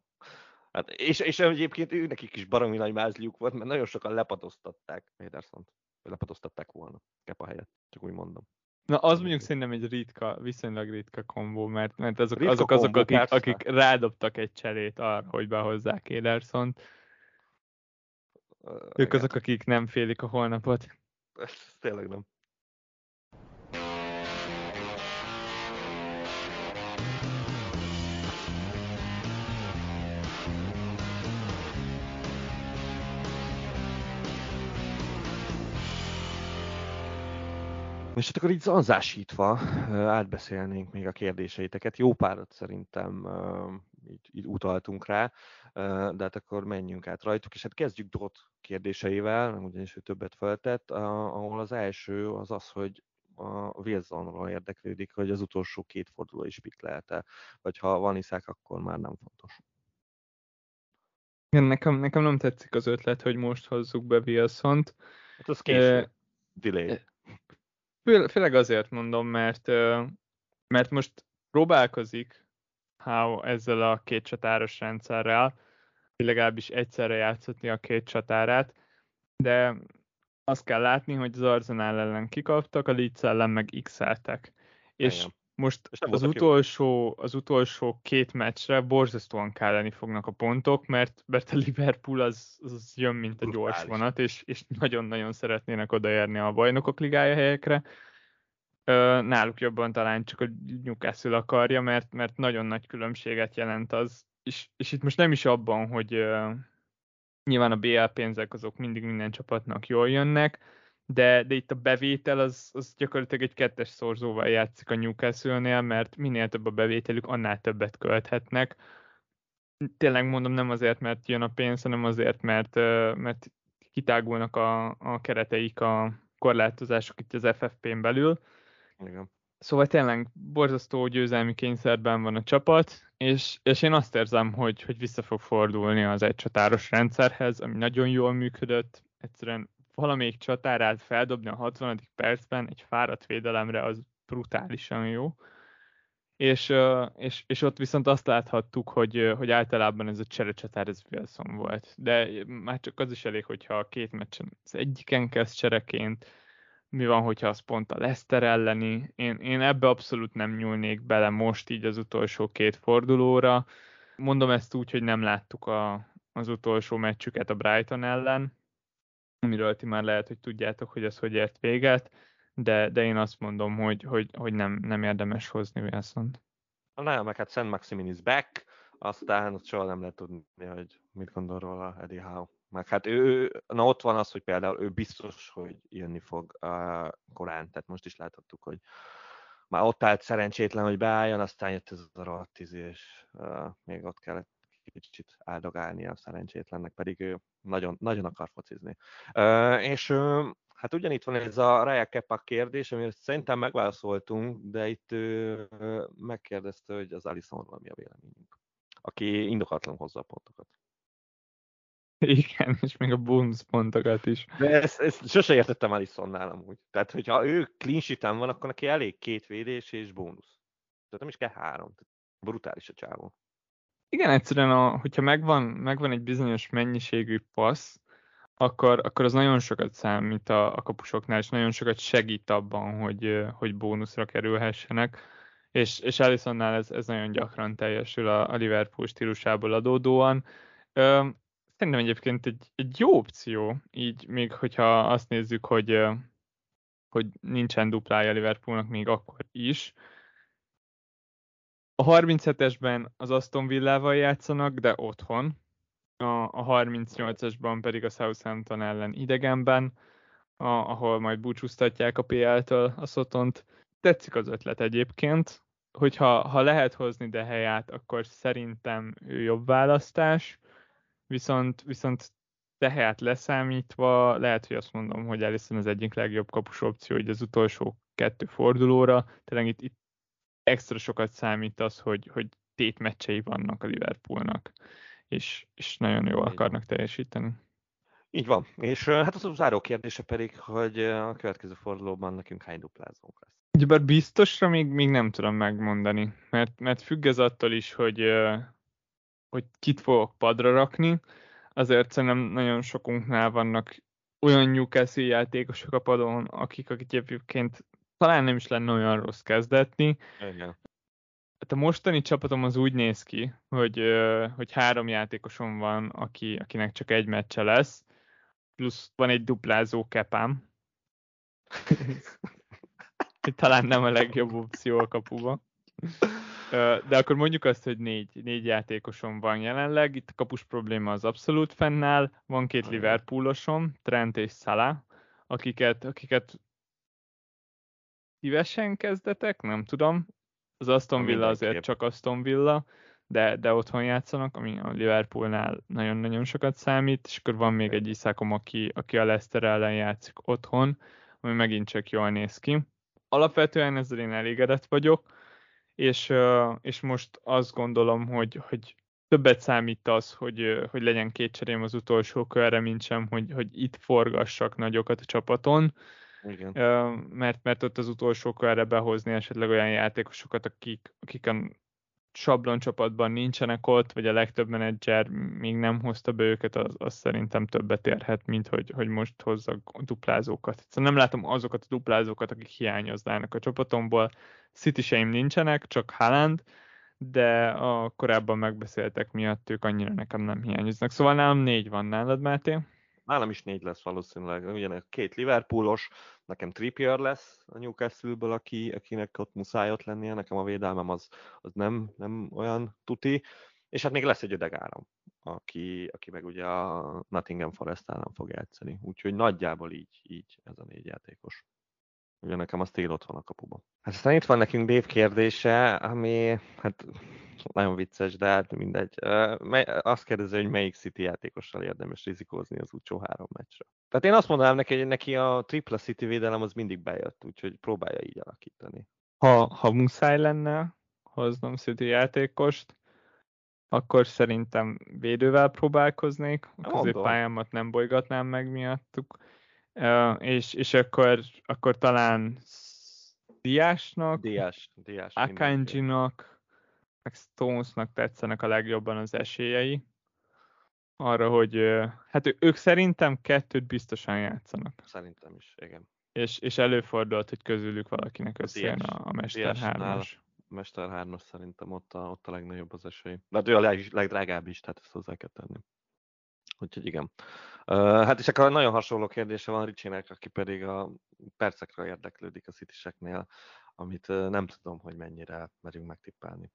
Hát, és egyébként nekik is baromi nagy mázliuk volt, mert nagyon sokan lepadoztatták Edersont. Vagy lepadoztatták volna Kepa helyett, csak úgy mondom. Na, az mondjuk szerintem egy viszonylag ritka kombó, mert azok Ritka azok, kombó, akik rádobtak egy cserét arra, hogy behozzák Edersont. Ők Igen, azok, akik nem félik a holnapot. ez tényleg nem. És hát akkor így zanzásítva átbeszélnénk még a kérdéseiteket. Jó párat szerintem így utaltunk rá, de hát akkor menjünk át rajtuk, és hát kezdjük Dot kérdéseivel, ugyanis ő többet feltett, ahol az első az az, hogy a Wilsonról érdeklődik, hogy az utolsó 2 forduló is pik lehet-e, vagy ha van Iszák, akkor már nem fontos. Igen, nekem nem tetszik az ötlet, hogy most hozzuk be Wilsont. Hát az késő. Delay. Főleg azért mondom, mert most próbálkozik Howe ezzel a 2 csatáros rendszerrel, hogy legalábbis egyszerre játszatni a 2 csatárát, de azt kell látni, hogy az Arsenal ellen kikaptak, a Leeds ellen meg x-eltek. És Igen. most És nem az voltak az utolsó 2 meccsre borzasztóan kelleni fognak a pontok, mert a Liverpool az jön, mint a gyors brutális. vonat, és nagyon-nagyon szeretnének odaérni a bajnokok ligája helyekre. Náluk jobban talán csak a Newcastle akarja, mert nagyon nagy különbséget jelent az, és itt most nem is abban, hogy nyilván a BL pénzek azok mindig minden csapatnak jól jönnek, de itt a bevétel az gyakorlatilag egy 2-es szorzóval játszik a Newcastle-nél, mert minél több a bevételük, annál többet költhetnek. Tényleg mondom, nem azért, mert jön a pénz, hanem azért, mert kitágulnak a kereteik, a korlátozások itt az FFP-n belül. Igen. Szóval tényleg borzasztó győzelmi kényszerben van a csapat, és én azt érzem, hogy vissza fog fordulni az egy csatáros rendszerhez, ami nagyon jól működött. Egyszerűen valamelyik csatárát feldobni a 60. percben egy fáradt védelemre, az brutálisan jó. És ott viszont azt láthattuk, hogy általában ez a cserecsatár, ez Wilson volt. De már csak az is elég, hogyha a két meccsen az egyiken kezd csereként, mi van, hogyha az pont a Leicester elleni. Én ebbe abszolút nem nyúlnék bele most így az utolsó két fordulóra. Mondom ezt úgy, hogy nem láttuk az utolsó meccsüket a Brighton ellen, amiről ti már lehet, hogy tudjátok, hogy ez hogy ért véget, de én azt mondom, hogy nem érdemes hozni Wilsont. Na, meg hát Szent Maximin is back, aztán soha nem lehet tudni, hogy mit gondol róla Eddie Howe. Meg hát na ott van az, hogy például ő biztos, hogy jönni fog korán, tehát most is láthattuk, hogy már ott állt szerencsétlen, hogy beálljon, aztán jött ez a rohadt és még ott kellett kicsit áldogálni a szerencsétlennek, pedig ő nagyon, nagyon akar focizni. És hát ugyanitt van ez a Raya Kepa kérdés, amire szerintem megválaszoltunk, de itt megkérdezte, hogy az Alissonról mi a véleményünk, aki indokatlan hozza a pontokat. Igen, és még a bonus pontokat is. De ezt sose értettem Alissonnál amúgy. Tehát, hogyha ő clean sheet-en van, akkor neki elég 2 védés és bónusz. Tehát nem is kell 3. Brutális a csávó. Igen, egyszerűen, hogyha megvan egy bizonyos mennyiségű passz, akkor az nagyon sokat számít a kapusoknál, és nagyon sokat segít abban, hogy bónuszra kerülhessenek. És Alissonnál ez nagyon gyakran teljesül a Liverpool stílusából adódóan. Szerintem egyébként egy jó opció, így még hogyha azt nézzük, hogy nincsen duplája Liverpoolnak még akkor is. A 37-esben az Aston Villával játszanak, de otthon. A 38-asban pedig a Southampton ellen idegenben, ahol majd búcsúztatják a PL-től a Szotont. Tetszik az ötlet egyébként, hogyha lehet hozni De Gea-t, akkor szerintem ő jobb választás, viszont De Gea-t leszámítva, lehet, hogy azt mondom, hogy Alisson az egyik legjobb kapus opció, hogy az utolsó 2 fordulóra. Tényleg itt extra sokat számít az, hogy tétmeccsei vannak a Liverpoolnak, és nagyon jól akarnak teljesíteni. Így van. És hát az záró kérdése pedig, hogy a következő fordulóban nekünk hány duplázónk lesz. Ugyebár biztosra még nem tudom megmondani, mert függ ez attól is, hogy kit fogok padra rakni. Azért szerintem nagyon sokunknál vannak olyan Newcastle játékosok a padon, akik egyébként talán nem is lenne olyan rossz kezdetni. Igen. Hát a mostani csapatom az úgy néz ki, hogy 3 játékosom van, akinek csak egy meccse lesz, plusz van egy duplázó Kepám. Talán nem a legjobb opció a kapuba. De akkor mondjuk azt, hogy 4 játékosom van jelenleg. Itt a kapus probléma az abszolút fennáll. Van 2 Liverpoolosom, Trent és Salah, akiket szívesen kezdetek, nem tudom. Az Aston Villa azért csak Aston Villa, de otthon játszanak, ami a Liverpoolnál nagyon-nagyon sokat számít, és akkor van még egy Isaacom, aki a Leicester ellen játszik otthon, ami megint csak jól néz ki. Alapvetően ezzel én elégedett vagyok, és most azt gondolom, hogy többet számít az, hogy legyen 2 cserém az utolsó körre, mint sem, hogy itt forgassak nagyokat a csapaton. Igen. Mert ott az utolsó körre behozni esetleg olyan játékosokat, akik a sablon csapatban nincsenek ott, vagy a legtöbb menedzser még nem hozta be őket, az szerintem többet érhet, mint hogy most hozza a duplázókat. Szóval nem látom azokat a duplázókat, akik hiányoznának a csapatomból. City-seim nincsenek, csak Haaland, de a korábban megbeszéltek miatt ők annyira nekem nem hiányoznak. Szóval nálam 4 van, nálad, Máté? Nálam is 4 lesz valószínűleg. Ugyanek 2 Liverpoolos, nekem Trippier lesz a Newcastle-ből, akinek ott muszáj ott lennie, nekem a védelmem az nem olyan tuti. És hát még lesz egy Ödegáram, aki meg ugye a Nottingham Forest ellen fog játszani. Úgyhogy nagyjából így ez a 4 játékos. Ugye nekem a Steel ott van a kapuban. Hát aztán itt van nekünk Dave kérdése, ami hát nagyon vicces, de hát mindegy. Azt kérdezi, hogy melyik City játékossal érdemes rizikózni az utolsó 3 meccsre. Tehát én azt mondanám neki, hogy neki a tripla City védelem az mindig bejött, úgyhogy próbálja így alakítani. Ha muszáj lenne hoznom City játékost, akkor szerintem védővel próbálkoznék, a Mondom, középpályámat nem bolygatnám meg miattuk, és akkor talán Diásnak, Diás mindenképp. Akanjinak, meg Stonesnak tetszenek a legjobban az esélyei arra, hogy hát ők szerintem kettőt biztosan játszanak. Szerintem is, igen. És előfordult, hogy közülük valakinek A összejön Diás. a Mester Diásnál 3-as. Mester 3 szerintem ott a legnagyobb az esély. De hát ő a legdrágább is, tehát ezt hozzá kell tenni. Úgyhogy igen. Hát és akkor nagyon hasonló kérdése van Ricsinek, aki pedig a percekre érdeklődik a Cityseknél, amit nem tudom, hogy mennyire merünk megtippelni.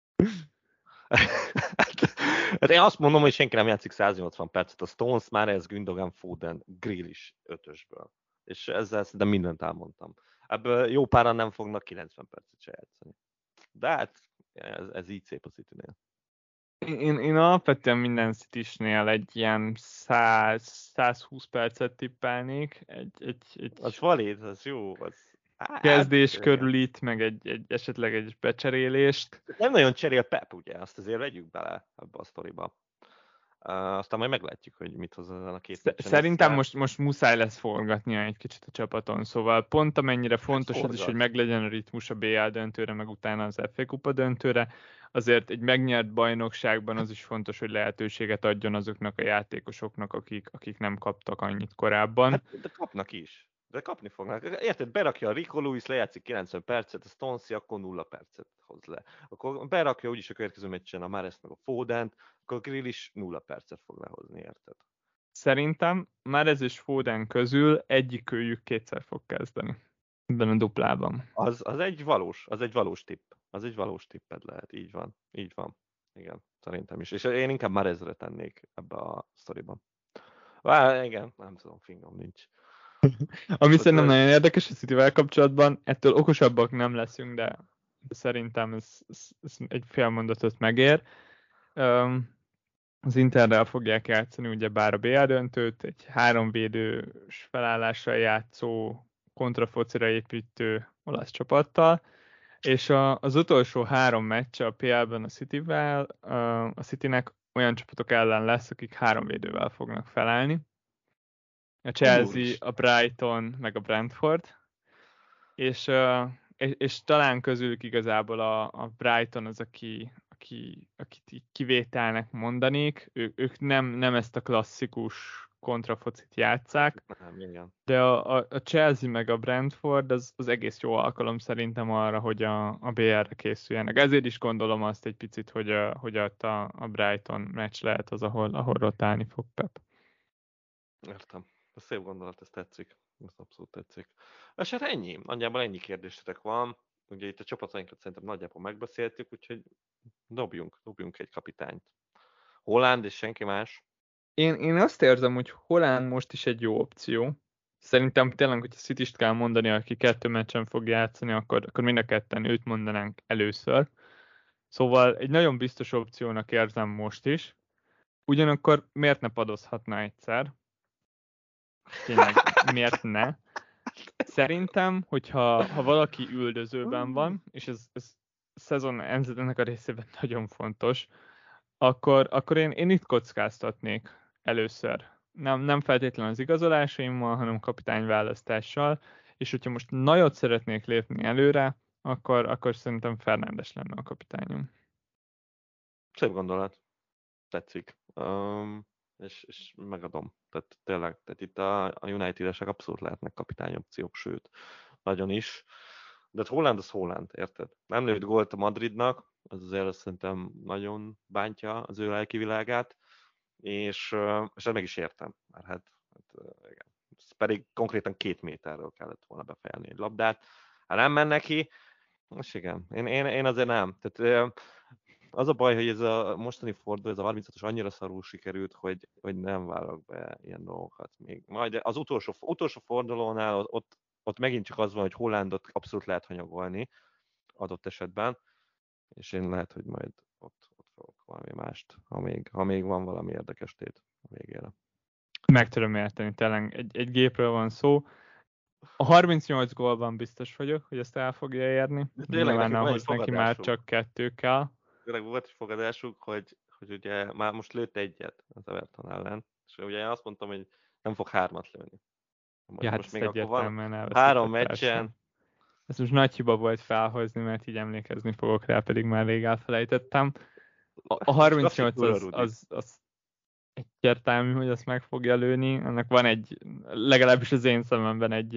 Hát én azt mondom, hogy senki nem játszik 180 percet. A Stones, már ez Gündogan, Foden, Grealish 5-ösből. És ezzel szerintem mindent elmondtam. Ebből jó páran nem fognak 90 percet se játszani. De hát ez így szép a Citynél. Én alapvetően minden City-snél egy ilyen 100-120 percet tippelnék, egy Az valid, az jó. Hát, kezdés igen. körül itt, meg esetleg egy becserélést. Nem nagyon cserél Pep, ugye? Azt azért vegyük bele ebbe a sztoriba. Aztán majd meglátjuk, hogy mit hoz ezen a két meccsen Szerintem össze. most muszáj lesz forgatnia egy kicsit a csapaton, szóval pont amennyire Hát fontos az is, hogy forgat. meglegyen a ritmus a BL döntőre, meg utána az FA Kupa döntőre, azért egy megnyert bajnokságban az is fontos, hogy lehetőséget adjon azoknak a játékosoknak, akik nem kaptak annyit korábban. Hát, de kapnak is. De kapni fognak. Érted, berakja a Rico Lewis, lejátszik 90 percet, a Stonesi akkor 0 percet hoz le. Akkor berakja úgyis a következő meccsen a Mahrez meg a Fodent, akkor Grealish 0 percet fog lehozni, érted? Szerintem már ez is Foden közül egyikőjük kétszer fog kezdeni ebben a duplában. Az egy valós tipp. Az egy valós tipped lehet, így van. Igen, szerintem is. És én inkább Mahrezre tennék ebbe a sztoriban. Igen, nem tudom, fingom nincs. Ami szerintem Tehát, nagyon érdekes a Cityvel kapcsolatban, ettől okosabbak nem leszünk, de szerintem ez egy fél mondatot megér. Az Interrel fogják játszani ugye bár a BL döntőt, egy háromvédős felállással játszó, kontrafocira építő olasz csapattal, és az utolsó három meccs a PL-ben a Cityvel, a Citynek olyan csapatok ellen lesz, akik háromvédővel fognak felállni. A Chelsea, a úristen. Brighton, meg a Brentford, és talán közülük igazából a Brighton az, akit így kivételnek mondanék. Ők nem ezt a klasszikus kontrafocit játsszák, Nem, igen. de a Chelsea meg a Brentford az egész jó alkalom szerintem arra, hogy a BR-re készüljenek. Ezért is gondolom azt egy picit, hogy a Brighton meccs lehet az, ahol rotálni fog Pep. Értem. Ez szép gondolat, ez tetszik. Ez abszolút tetszik. És hát ennyi. Nagyjából ennyi kérdésetek van. Ugye itt a csapatainkat szerintem nagyjából megbeszéltük, úgyhogy dobjunk egy kapitányt. Holland és senki más. Én azt érzem, hogy Holland most is egy jó opció. Szerintem tényleg, hogyha City-st kell mondani, aki 2 meccsen fog játszani, akkor mind a ketten őt mondanánk először. Szóval egy nagyon biztos opciónak érzem most is. Ugyanakkor miért ne padozhatna egyszer? Tényleg, miért ne? Szerintem, hogyha valaki üldözőben van, és ez a szezon ennek a részében nagyon fontos, akkor én itt kockáztatnék először. Nem feltétlenül az igazolásaimmal, hanem kapitányválasztással, és hogyha most nagyot szeretnék lépni előre, akkor szerintem Fernándes lenne a kapitányom. Szép gondolat. Tetszik. És megadom. Tehát tényleg, tehát itt a United-esek abszolút lehetnek kapitányopciók, sőt, nagyon is. De hát Holland az Holland, érted? Nem lőtt gólt a Madridnak, az azért azt szerintem nagyon bántja az ő lelki világát, és ezt meg is értem, mert igen. Ez pedig konkrétan 2 méterről kellett volna befejelni egy labdát. Hát nem men neki, most igen, én azért nem. Tehát az a baj, hogy ez a mostani forduló, ez a 36-os annyira szarul sikerült, hogy nem várok be ilyen dolgokat még. Majd az utolsó fordulónál ott megint csak az van, hogy Hollandot abszolút lehet hanyagolni adott esetben, és én lehet, hogy majd ott fogok valami mást, ha még van valami érdekes tét a végére. Meg tudom érteni, tényleg egy gépről van szó. A 38 gólban biztos vagyok, hogy ezt el fogja érni. De tényleg Nyilván nekünk van egy ahhoz neki már fogadásunk. csak 2 kell. Tényleg volt egy fogadásunk, hogy ugye már most lőtt egyet az Everton ellen, és ugye én azt mondtam, hogy nem fog 3-at lőni. Ja, hát Most ezt még akkor van egyértelműen 3 elveszítette meccsen. sem. Ez most nagy hiba volt felhozni, mert így emlékezni fogok rá, pedig már rég elfelejtettem. A Klasszik 38 Ura Rudi. az egyértelmű, hogy azt meg fogja lőni. Annak van legalábbis az én szememben egy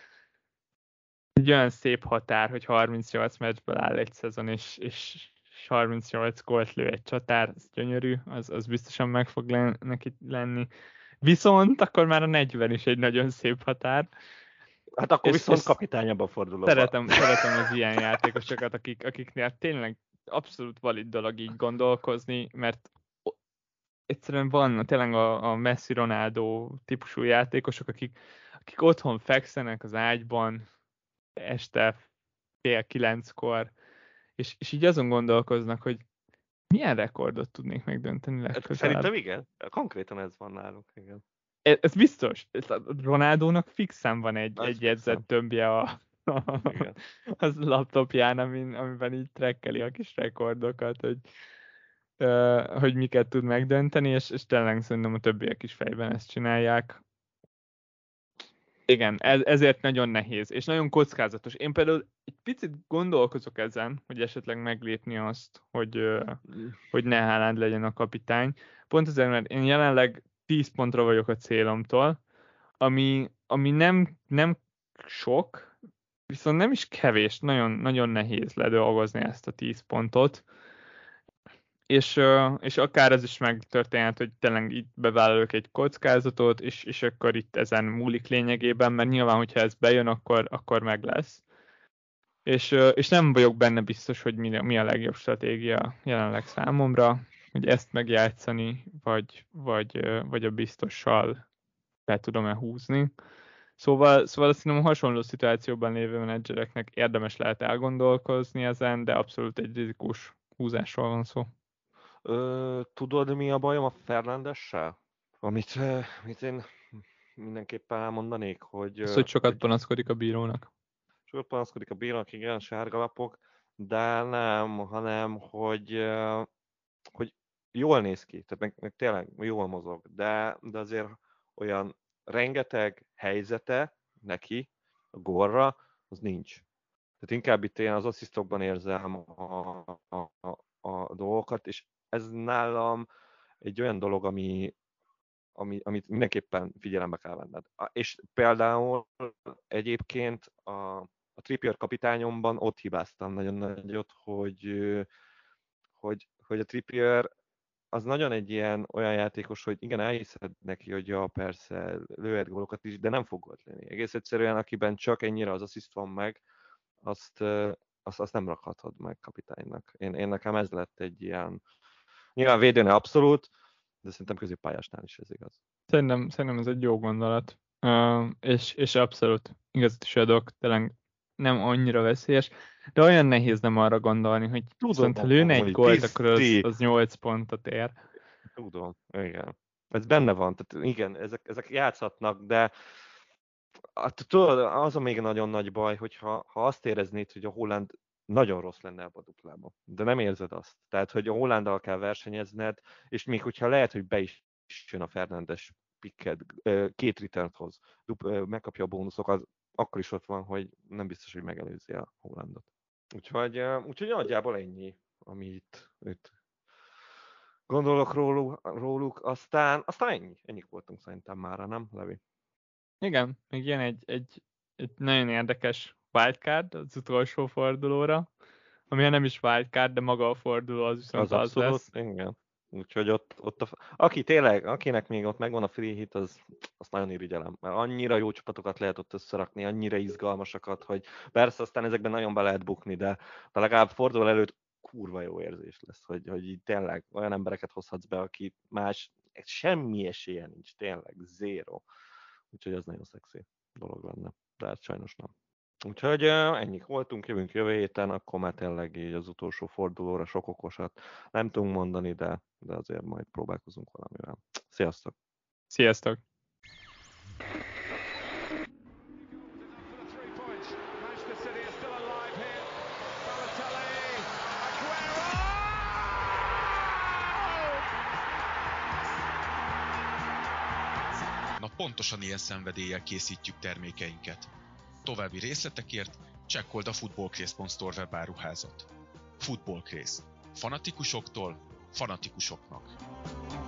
olyan szép határ, hogy 38 meccsből áll egy szezon, és 38 gólt lő egy csatár, ez gyönyörű, az biztosan meg fog neki lenni. Viszont akkor már a 40 is egy nagyon szép határ. Hát akkor És viszont kapitányába fordulóba. szeretem az ilyen játékosokat, akiknél tényleg abszolút valid dolog így gondolkozni, mert egyszerűen van tényleg a Messi Ronaldo típusú játékosok, akik otthon fekszenek az ágyban este 8:30-kor, és így azon gondolkoznak, hogy milyen rekordot tudnék megdönteni legközelebb. Szerintem igen. Konkrétan ez van nálunk, igen. Ez biztos. A Ronaldónak fixen van egy fixen. jegyzett tömbje az laptopján, amiben így trekkeli a kis rekordokat, hogy miket tud megdönteni, és tényleg szerintem a többiek is fejben ezt csinálják. Igen, ezért nagyon nehéz, és nagyon kockázatos. Én például egy picit gondolkozok ezen, hogy esetleg meglépni azt, hogy ne Haaland legyen a kapitány. Pont azért, mert én jelenleg 10 pontra vagyok a célomtól, ami nem sok, viszont nem is kevés, nagyon, nagyon nehéz ledolgozni ezt a 10 pontot. És akár ez is megtörténhet, hogy tényleg itt bevállalok egy kockázatot, és akkor itt ezen múlik lényegében, mert nyilván, hogyha ez bejön, akkor meg lesz. És nem vagyok benne biztos, hogy mi a legjobb stratégia jelenleg számomra, hogy ezt megjátszani, vagy a biztossal be tudom-e húzni. Szóval azt hiszem, hasonló szituációban lévő menedzsereknek érdemes lehet elgondolkozni ezen, de abszolút egy rizikós húzásról van szó. Tudod, mi a bajom a Fernandessel? Amit én mindenképpen elmondanék, hogy... Az, hogy sokat panaszkodik a bírónak. Sokat panaszkodik a bírónak, igen, sárgalapok, de nem, hanem, hogy jól néz ki, tehát meg tényleg jól mozog, de azért olyan rengeteg helyzete neki, a gólra, az nincs. Tehát inkább itt én az asszisztokban érzem a dolgokat, és ez nálam egy olyan dolog, amit mindenképpen figyelembe kell venned. És például egyébként a Trippier kapitányomban ott hibáztam nagyon nagyot, hogy a Trippier az nagyon egy olyan játékos, hogy igen, elhiszed neki, hogy ja, persze, lőhet gólokat is, de nem fog gólt lőni. Egész egyszerűen, akiben csak ennyire az assziszt van meg, azt nem rakhatod meg kapitánynak. Én nekem ez lett egy ilyen, nyilván védőne abszolút, de szerintem középpályásnál is ez igaz. Szerintem ez egy jó gondolat, és abszolút igazat is adok, tényleg nem annyira veszélyes, de olyan nehéz nem arra gondolni, hogy viszont ha lőne egy gólt, akkor az 8 pontot ér. Tudom, igen. Ez benne van, tehát igen, ezek játszhatnak, de tudod, az a még nagyon nagy baj, hogyha azt éreznéd, hogy a Holland nagyon rossz lenne ebbe a duplába, de nem érzed azt. Tehát, hogy a Hollanddal kell versenyezned, és még hogyha lehet, hogy be is jön a Fernandes picked, 2 returnt hoz, megkapja a bónuszokat, akkor is ott van, hogy nem biztos, hogy megelőzi a Hollandot. Úgyhogy nagyjából ennyi, ami itt gondolok róluk, aztán ennyik voltunk szerintem mára, nem, Levi? Igen, még jön egy nagyon érdekes wildcard az utolsó fordulóra, ami nem is wildcard, de maga a forduló az viszont az abszolút, lesz. igen. Úgyhogy akinek még ott megvan a free hit, azt nagyon irigyelem, mert annyira jó csapatokat lehet ott összerakni, annyira izgalmasakat, hogy persze aztán ezekben nagyon be lehet bukni, de legalább forduló előtt kurva jó érzés lesz, hogy így tényleg olyan embereket hozhatsz be, aki más semmi esélye nincs, tényleg, zéro. Úgyhogy ez nagyon szexi dolog lenne, de hát sajnos nem. Úgyhogy ennyik voltunk, jövünk jövő héten, akkor már tényleg így az utolsó fordulóra sok okosat nem tudunk mondani, de azért majd próbálkozunk valamivel. Sziasztok! Sziasztok! Pontosan ilyen szenvedéllyel készítjük termékeinket. További részletekért csekkold a footballcraze.store webáruházat. Footballcraze. Fanatikusoktól fanatikusoknak.